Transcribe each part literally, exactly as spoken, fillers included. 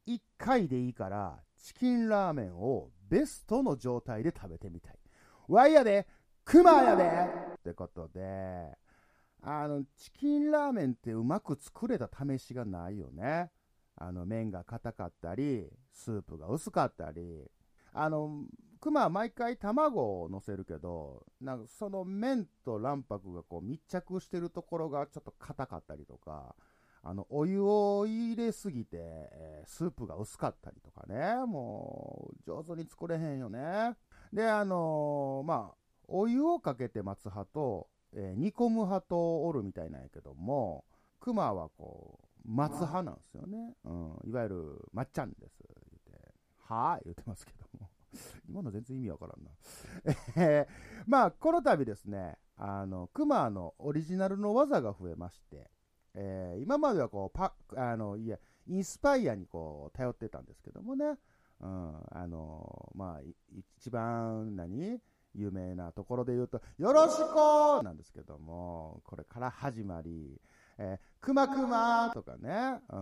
いっかいでいいからチキンラーメンをベストの状態で食べてみたい。わいやでクマやでってことで、あのチキンラーメンってうまく作れた試しがないよね。あの麺が硬かったりスープが薄かったり、あのクマは毎回卵を乗せるけど、なんかその麺と卵白がこう密着してるところがちょっと硬かったりとか、あのお湯を入れすぎて、えースープが薄かったりとかね、もう上手に作れへんよね。で、あのーまあお湯をかけて待つ派と、えー煮込む派とおるみたいなんやけども、クマはこう待つ派なんですよね。うん、いわゆるまっちゃんです言って、はぁ言ってますけども今の全然意味わからんなえーまあこの度ですね、あのクマのオリジナルの技が増えまして、えー今まではこうパあのいやインスパイアにこう頼ってたんですけどもね、うん、あのまあい一番何有名なところで言うとよろしこなんですけども、これから始まり、えー、くまくまとかね、うん、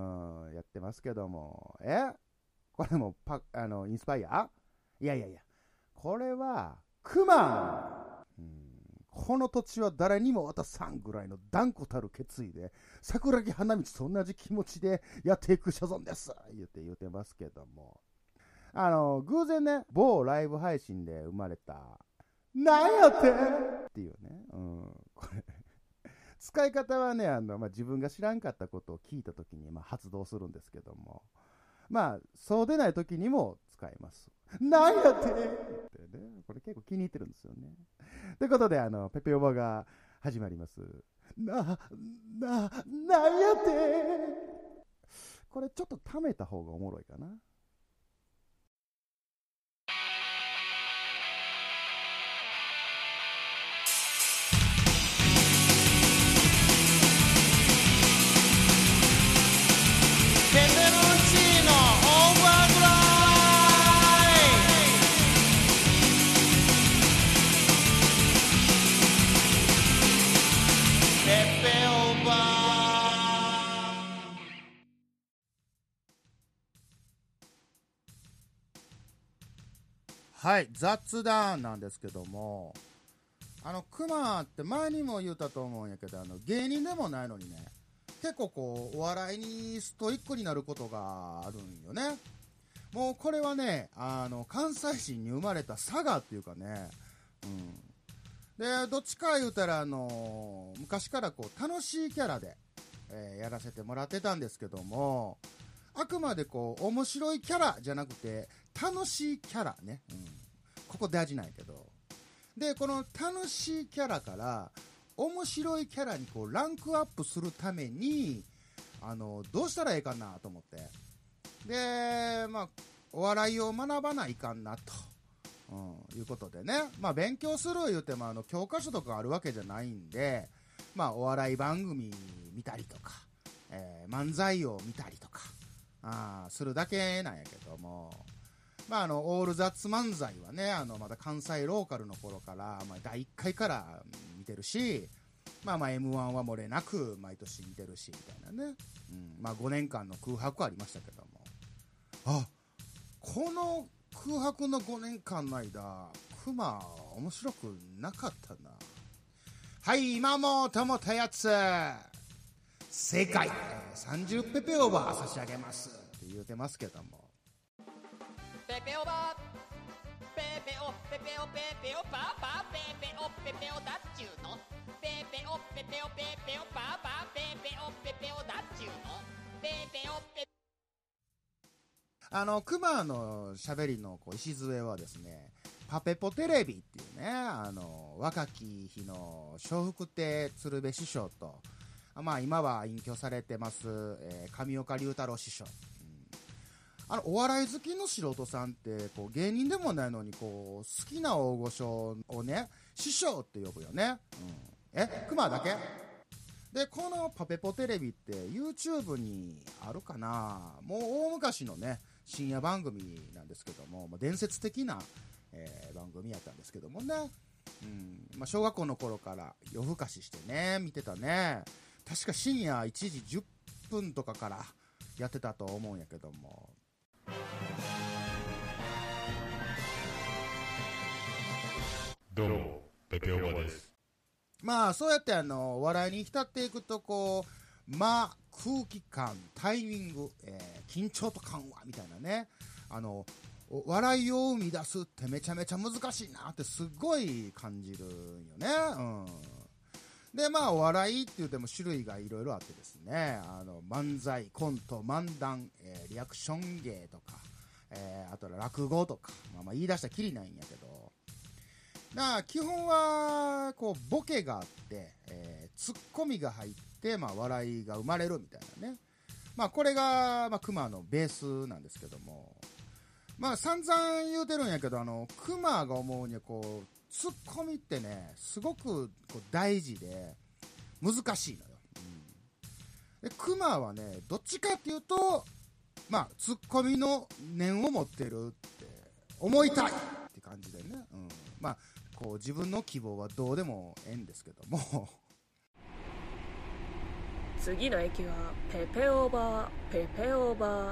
やってますけども、えこれもパあのインスパイア、いやいやいや、これはクマ、うん、この土地は誰にも渡さんぐらいの断固たる決意で桜木花道と同じ気持ちでやっていく所存です言って言ってますけども、あの偶然ね、某ライブ配信で生まれたなんやってっていうね、うん、これ使い方はね、あの、まあ、自分が知らんかったことを聞いたときに、まあ、発動するんですけども、まあそうでないときにも使います。なんやってってね、これ結構気に入ってるんですよね。ということで、あのペペオバが始まります。な、な、なんやってこれちょっと貯めた方がおもろいかな。 ペペロンチーノオーバードライペペオーバー。 はい、雑談なんですけども、あのクマって前にも言ったと思うんやけど、あの芸人でもないのにね、結構こうお笑いにストイックになることがあるんよね。もうこれはね、あの関西人に生まれた差がっていうかね、うん、でどっちか言うたら、あのー昔からこう楽しいキャラで、えーやらせてもらってたんですけども、あくまでこう面白いキャラじゃなくて楽しいキャラね、うん、ここ大事なんやけど、でこの楽しいキャラから面白いキャラにこうランクアップするために、あのどうしたらええかなと思って、でまあお笑いを学ばないかんなと、うん、いうことでね、まあ勉強する言うてもあの教科書とかあるわけじゃないんで、まあお笑い番組見たりとか、えー漫才を見たりとかあーするだけなんやけども、まあ、あのオールザッツ漫才はね、あのまだ関西ローカルの頃から、まあ、だいいっかいから見てるし、まあ、まあ エムワン は漏れなく毎年見てるしみたいなね、うん、まあごねんかんの空白ありましたけども、あこの空白のごねんかんの間、クマ面白くなかったな。はい、今もともたやつ正解、さんじゅうペペオーバー差し上げますって言うてますけども、 ペペオバペペオペペオペペオパーパーペペオペペオだっちゅうの、ペペオペペオペペオパーパーペペオペペオだっちゅうの、ペペオペあのクマのしゃべりのこう礎はですね、パペポテレビっていうね、あの若き日の笑福亭鶴瓶師匠と、まあ今は隠居されてます、えー上岡龍太郎師匠、あのお笑い好きの素人さんってこう芸人でもないのにこう好きな大御所をね師匠って呼ぶよね、うん、えクマだけで、このパペポテレビって YouTube にあるかな、もう大昔のね深夜番組なんですけども、まあ、伝説的な、えー番組やったんですけどもね、うんまあ、小学校の頃から夜更かししてね見てたね。確か深夜いちじじゅっぷんとかからやってたと思うんやけども、 どうもペペオバです。 まあそうやってあの笑いに浸っていくとこうまあ空気感タイミング、えー、緊張と緩和みたいなね、あの笑いを生み出すってめちゃめちゃ難しいなってすごい感じるんよね。うんでまあお笑いって言っても種類がいろいろあってですね、あの漫才コント漫談、えー、リアクション芸とか、えー、あとは落語とか、まあ、まあ言い出したらきりないんやけど、だから基本はこうボケがあって、えー、ツッコミが入って、まあ、笑いが生まれるみたいなね、まあ、これが、まあ、クマのベースなんですけども、まあ散々言うてるんやけど、あのクマが思うにはこうツッコミってねすごくこう大事で難しいのよ、うん、でクマはねどっちかっていうとまあツッコミの念を持ってるって思いたいって感じでね、うん、まあこう自分の希望はどうでもええんですけども次の駅はペペオーバーペペオーバー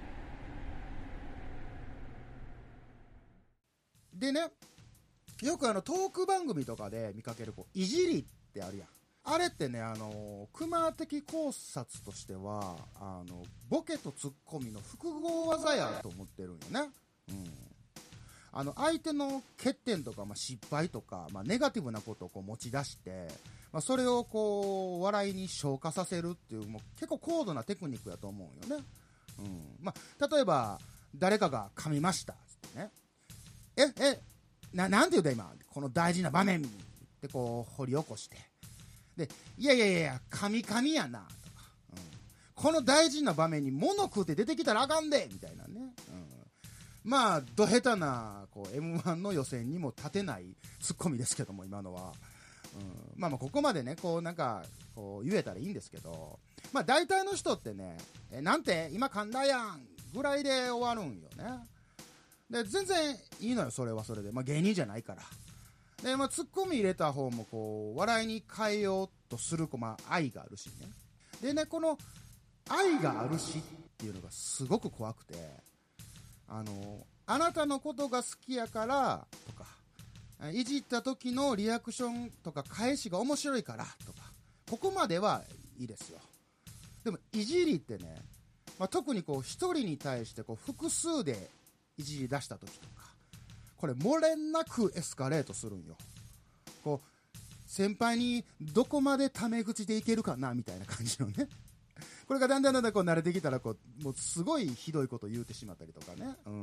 でね、よくあのトーク番組とかで見かけるこういじりってあるやん。あれってね、あのクマ的考察としてはあのボケとツッコミの複合技やと思ってるんよね。うん、あの相手の欠点とか、まあ、失敗とか、まあ、ネガティブなことをこう持ち出して、まあ、それをこう笑いに昇華させるっていうもう結構高度なテクニックやと思うよね。うんまあ、例えば誰かが噛みましたってね、ええななんて言うた今この大事な場面にってこう掘り起こして、でいやいやいや噛み噛みやなとか、うん、この大事な場面に物食うて出てきたらあかんでみたいなね、うん、まあど下手なこう エムワン の予選にも立てないツッコミですけども今のは、うん、まあまあここまでねこうなんかこう言えたらいいんですけど、まあ大体の人ってねえなんて今噛んだやんぐらいで終わるんよね。で全然いいのよそれはそれで、まあ、芸人じゃないからで、まあ、ツッコミ入れた方もこう笑いに変えようとする、まあ、愛があるしね。でねこの愛があるしっていうのがすごく怖くて、あのあなたのことが好きやからとかいじった時のリアクションとか返しが面白いからとかここまではいいですよ。でもいじりってね、まあ、特にこう一人に対してこう複数でいじり出した時とかこれ漏れなくエスカレートするんよ。こう先輩にどこまでタメ口でいけるかなみたいな感じのねこれがだんだんだんだんこう慣れてきたらこうもうすごいひどいこと言うてしまったりとかね、うん、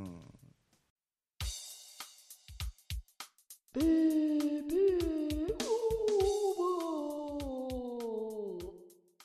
ベーベーオーバー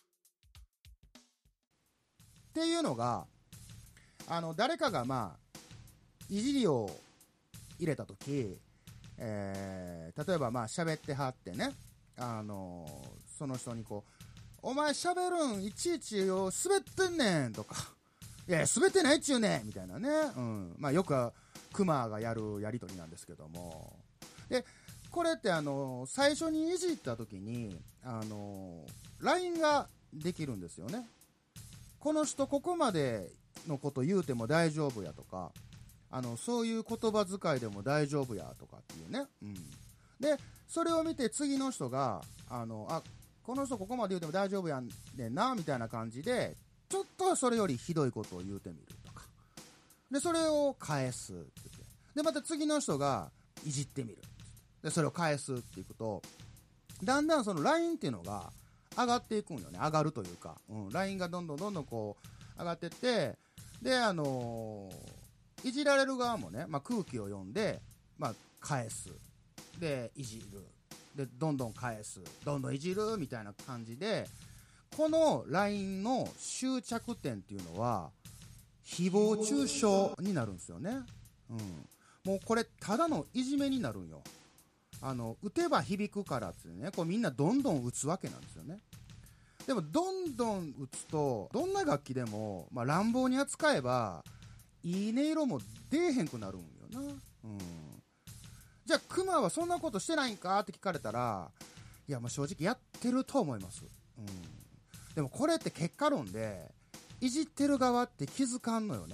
っていうのがあの誰かがまあいじりを入れたとき、えー、例えばまあ喋ってはってね、あのー、その人にこうお前喋るんいちいちよ滑ってんねんとかいやいや滑ってないっちゅうねんみたいなね、うんまあ、よくクマがやるやりとりなんですけども、でこれってあのー、最初にいじったときに、あのー、ライン ができるんですよね。この人ここまでのこと言うても大丈夫やとか、あのそういう言葉遣いでも大丈夫やとかっていうね、うん、でそれを見て次の人があのあこの人ここまで言うても大丈夫やんねんなみたいな感じでちょっとそれよりひどいことを言うてみるとかでそれを返すって言ってでまた次の人がいじってみるでそれを返すっていくとだんだんそのラインっていうのが上がっていくんよね。上がるというか、うん、ラインがどんどんどんどんこう上がってってであのーいじられる側もね、まあ、空気を読んで、まあ、返すでいじるでどんどん返すどんどんいじるみたいな感じでこのラインの終着点っていうのは誹謗中傷になるんですよね、うん、もうこれただのいじめになるんよ。あの打てば響くからってねこうみんなどんどん打つわけなんですよね。でもどんどん打つとどんな楽器でも、まあ、乱暴に扱えばいい音色も出えへんくなるんよな、うん、じゃあクマはそんなことしてないんかって聞かれたらいやまあ正直やってると思います、うん、でもこれって結果論でいじってる側って気づかんのよね、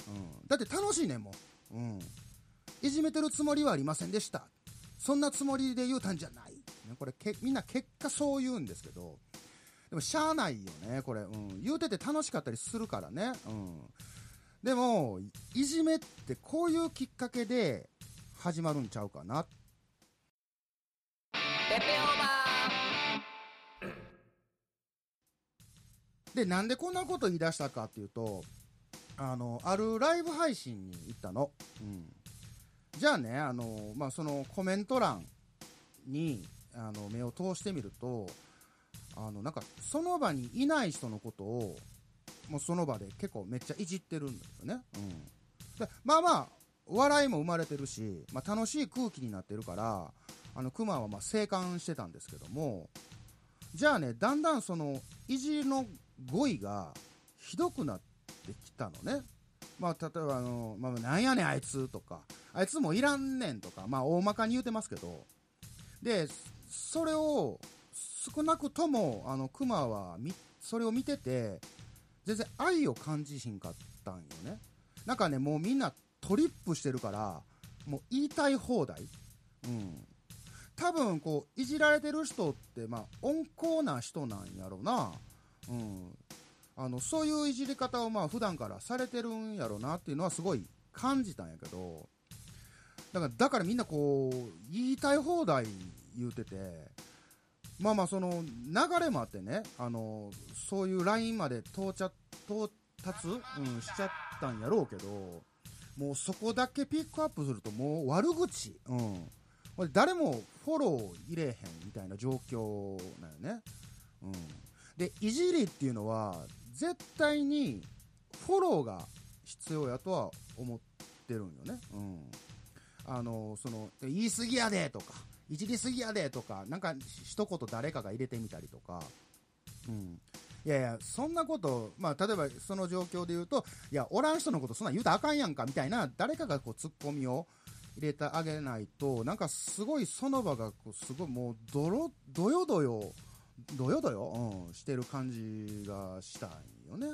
うん、だって楽しいねんもん、うん、いじめてるつもりはありませんでした、そんなつもりで言うたんじゃない、ね、これけみんな結果そう言うんですけど、でもしゃあないよねこれ、うん、言うてて楽しかったりするからね、うん、でもいじめってこういうきっかけで始まるんちゃうかな。 ペペオーバでなんでこんなこと言い出したかっていうと、あのあるライブ配信に行ったの、うん、じゃあね、あの、まあ、そのコメント欄にあの目を通してみると、あのなんかその場にいない人のことをもうその場で結構めっちゃいじってるんですよね、うん、でまあまあ笑いも生まれてるし、まあ、楽しい空気になってるから、あのクマはまあ静観してたんですけども、じゃあね、だんだんそのいじりの語彙がひどくなってきたのね。まあ例えばあの、まあ、なんやねんあいつとか、あいつもいらんねんとか、まあ大まかに言うてますけど、でそれを少なくともあのクマはみそれを見てて全然愛を感じひんかったんよね。なんかね、もうみんなトリップしてるからもう言いたい放題、うん、多分こういじられてる人ってまあ温厚な人なんやろな、うん、あのそういういじり方をまあ普段からされてるんやろなっていうのはすごい感じたんやけど、だからだからみんなこう言いたい放題言うてて、まあまあその流れもあってね、あのそういうラインまで到着到達、うん、しちゃったんやろうけど、もうそこだけピックアップするともう悪口、うん、誰もフォロー入れへんみたいな状況なんよね、うん、でいじりっていうのは絶対にフォローが必要やとは思ってるんよね、うん、あのその言い過ぎやでとかいじりすぎやでとか、なんか一言誰かが入れてみたりとか、うん、いやいやそんなこと、まあ例えばその状況で言うと、いやおらん人のことそんなん言うたらあかんやんかみたいな誰かがこうツッコミを入れてあげないと、なんかすごいその場がこうすごいもうどろどよどよどよどよ、うん、してる感じがしたんよね。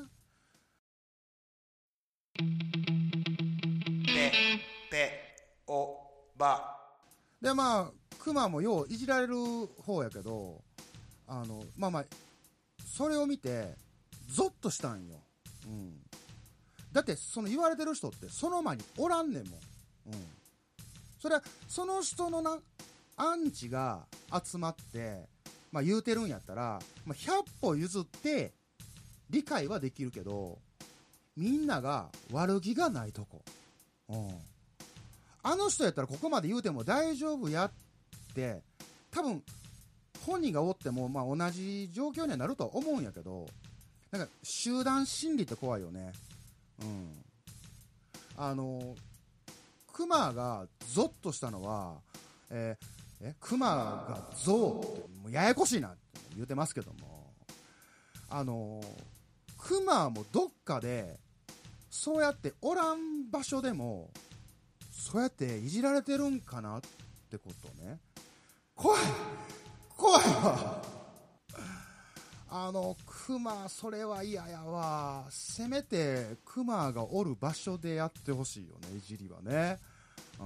ペペオバでまあクマもよういじられる方やけど、あのまあまあそれを見てゾッとしたんよ、うん、だってその言われてる人ってその間におらんねんもん、うん、それはその人のなアンチが集まって、まあ、言うてるんやったら、まあ、ひゃっぽ譲って理解はできるけど、みんなが悪気がないとこ、うん、あの人やったらここまで言うても大丈夫やって多分本人がおってもまあ同じ状況にはなるとは思うんやけど、なんか集団心理って怖いよね、うん、あのクマがゾッとしたのは、えー、えクマがゾウってもうややこしいなって言うてますけども、あのクマもどっかでそうやっておらん場所でもそうやっていじられてるんかなってことね。怖い怖いわ。あのクマそれは嫌やわ。せめてクマがおる場所でやってほしいよね、いじりはね、うん、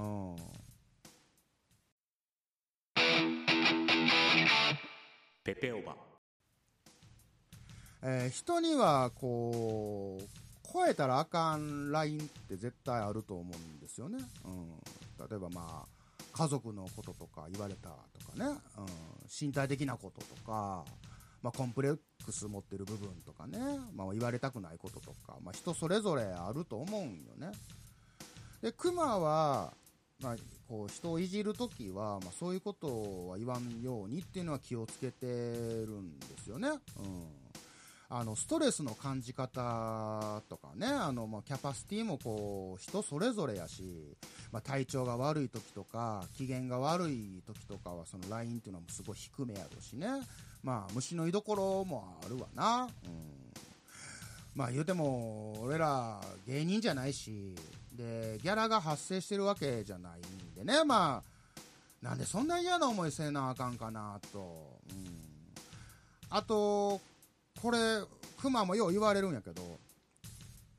ペペオバ。 えー、人にはこう超えたらあかんラインって絶対あると思うんですよね、うん、例えばまあ家族のこととか言われたとかね、うん、身体的なこととか、まあ、コンプレックス持ってる部分とかね、まあ、言われたくないこととか、まあ、人それぞれあると思うんよね。でクマは、まあ、こう人をいじるときは、まあ、そういうことは言わんようにっていうのは気をつけてるんですよね、うん、あのストレスの感じ方とかね、あの、まあ、キャパシティもこう人それぞれやし、まあ、体調が悪い時とか機嫌が悪い時とかはそのラインっていうのはすごい低めやろうしね、まあ虫の居所もあるわな、うん、まあ言うても俺ら芸人じゃないしでギャラが発生してるわけじゃないんでね、まあなんでそんな嫌な思いせなあかんかなと、うん、あとこれクマもよう言われるんやけど、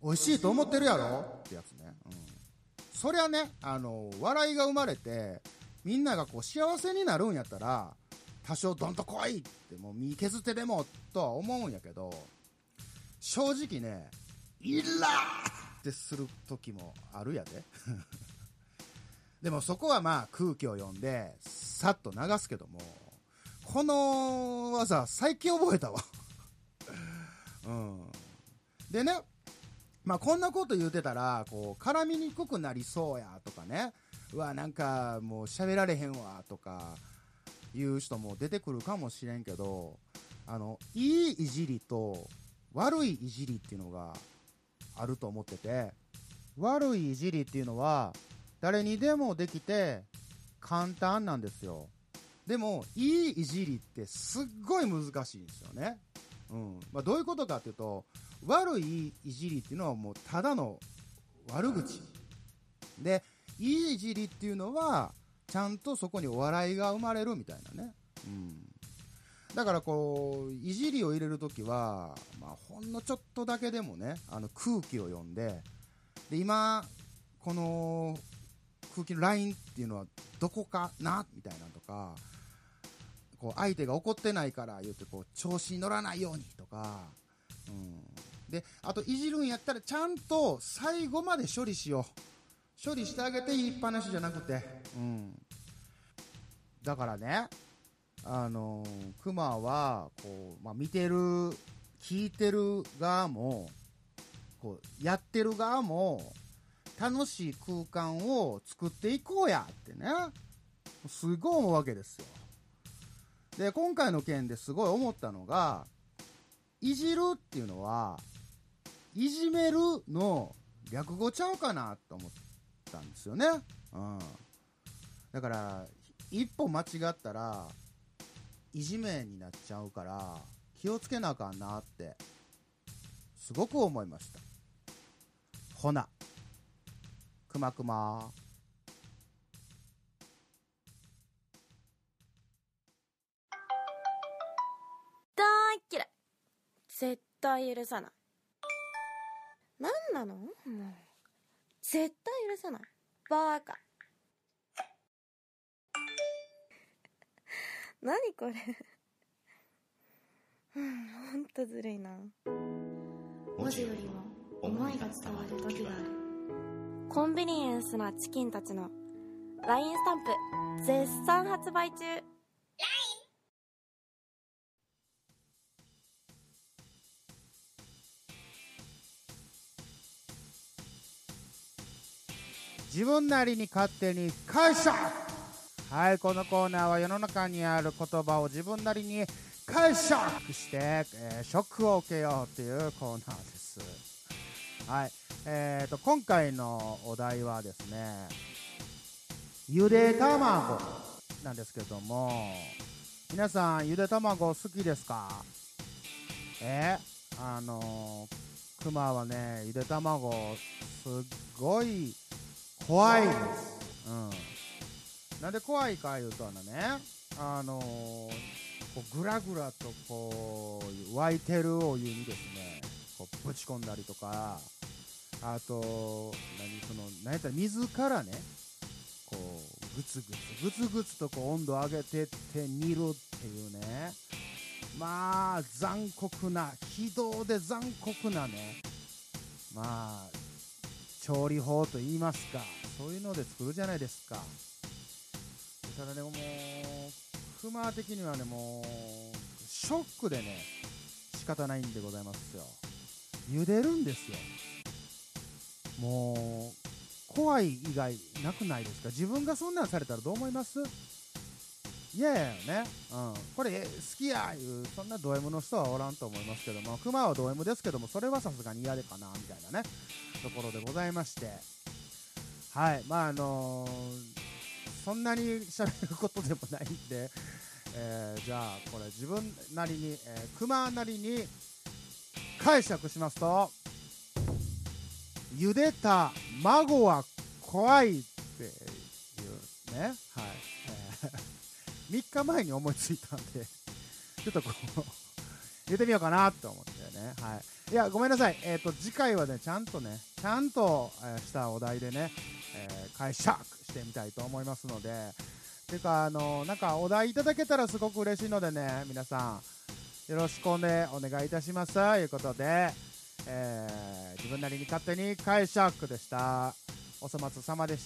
美味しいと思ってるやろってやつね、うん、そりゃね、あの笑いが生まれてみんながこう幸せになるんやったら多少どんと来いってもう身削ってでもとは思うんやけど、正直ねイラーってする時もあるやででもそこはまあ空気を読んでさっと流すけども、この技最近覚えたわうん、でね、まあこんなこと言うてたらこう絡みにくくなりそうやとかね、うわなんかもう喋られへんわとかいう人も出てくるかもしれんけど、あのいいいじりと悪いいじりっていうのがあると思ってて、悪いいじりっていうのは誰にでもできて簡単なんですよ。でもいいいじりってすっごい難しいんですよね、うんまあ、どういうことかっていうと、悪いいじりっていうのはもうただの悪口で、いいいじりっていうのはちゃんとそこにお笑いが生まれるみたいなね、うん、だからこういじりを入れるときは、まあ、ほんのちょっとだけでもね、あの空気を読んで、で今この空気のラインっていうのはどこかなみたいなとか、こう相手が怒ってないから言ってこう調子に乗らないようにとか、うん、であといじるんやったらちゃんと最後まで処理しよう、処理してあげて言いっぱなしじゃなくて、うん、だからね、あのー、クマはこう、まあ、見てる聞いてる側もこうやってる側も楽しい空間を作っていこうやってね、すごい思うわけですよ。で今回の件ですごい思ったのが、いじるっていうのはいじめるの略語ちゃうかなと思ったんですよね、うん、だから一歩間違ったらいじめになっちゃうから気をつけなあかんなってすごく思いました。ほなくまくま大っ嫌い。絶対許さない。なんなのもう絶対許さない。バーカ何これうんほんとずるいな。 文字よりも思いが伝わる時がある。 コンビニエンスなチキンたちの ライン スタンプ絶賛発売中。 自分なりに勝手に解釈。はい、このコーナーは世の中にある言葉を自分なりに解釈して、えー、ショックを受けようというコーナーです。はい、えーと今回のお題はですね、ゆで卵なんですけども、皆さんゆで卵好きですか？えー、あのー、クマはね、ゆで卵すっごい怖いです。うん。なんで怖いかいうとね、あのー、こうグラグラとこう沸いてるお湯にですね、こうぶち込んだりとか、あと何その何やったら水からね、こうグツグツグツグツとこう温度上げてって煮るっていうね、まあ残酷な、非道で残酷なね、まあ調理法と言いますか、そういうので作るじゃないですか。ただね、もうクマ的にはね、もうショックでね仕方ないんでございますよ。茹でるんですよ。もう怖い以外なくないですか？自分がそんなんされたらどう思います？嫌やよね、うん、これ好きやいうそんなド M の人はおらんと思いますけども、クマはド M ですけども、それはさすがに嫌でかなみたいなねところでございまして、はい、まああのー、そんなに喋ることでもないんで、えー、じゃあこれ自分なりに、えー、クマなりに解釈しますと、茹でた孫は怖いっていうね、はい、えーみっかまえに思いついたんで、ちょっとこう言ってみようかなと思ってね、 ね。はい。いや、ごめんなさい。えっ、ー、と、次回はね、ちゃんとね、ちゃんと、えー、したお題でね、えー、解釈してみたいと思いますので、ていうか、あのー、なんかお題いただけたらすごく嬉しいのでね、皆さん、よろしくね、お願いいたします。ということで、えー、自分なりに勝手に解釈でした。お粗末様でした。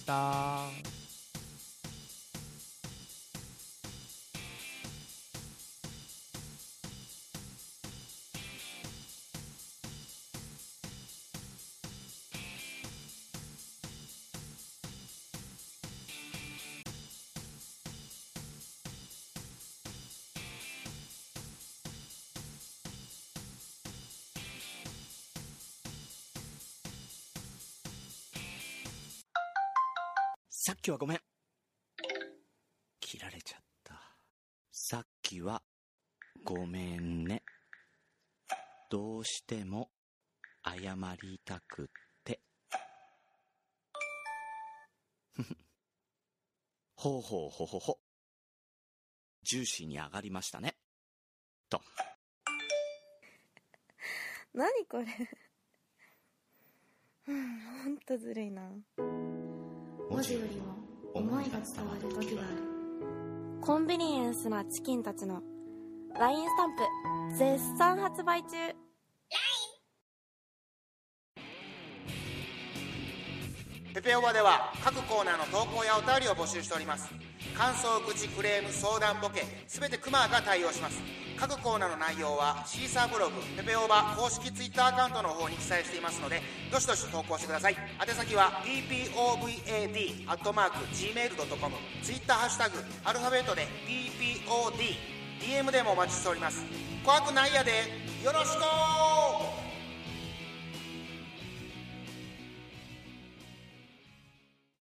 さっきはごめん。切られちゃった。さっきはごめんね。どうしても謝りたくって。ほうほうほほほ。ジューシーに上がりましたね。と。 何これ。うん、ほんとずるいな。 文字よりも思いが伝わる時がある。 コンビニエンスなチキンたちの ライン スタンプ絶賛発売中。 ペペオバでは各コーナーの投稿やお便りを募集しております。感想、愚痴、クレーム、相談、ボケ、すべてクマが対応します。各コーナーの内容はシーサーブログ、ペペオバ公式ツイッターアカウントの方に記載していますので、どしどし投稿してください。宛先は ピーピーオーブイエーディー アットマーク ジーメールドットコム、 ツイッターハッシュタグアルファベットで ピーピーオーディー、 ディーエム でもお待ちしております。怖くないやで、よろしくー。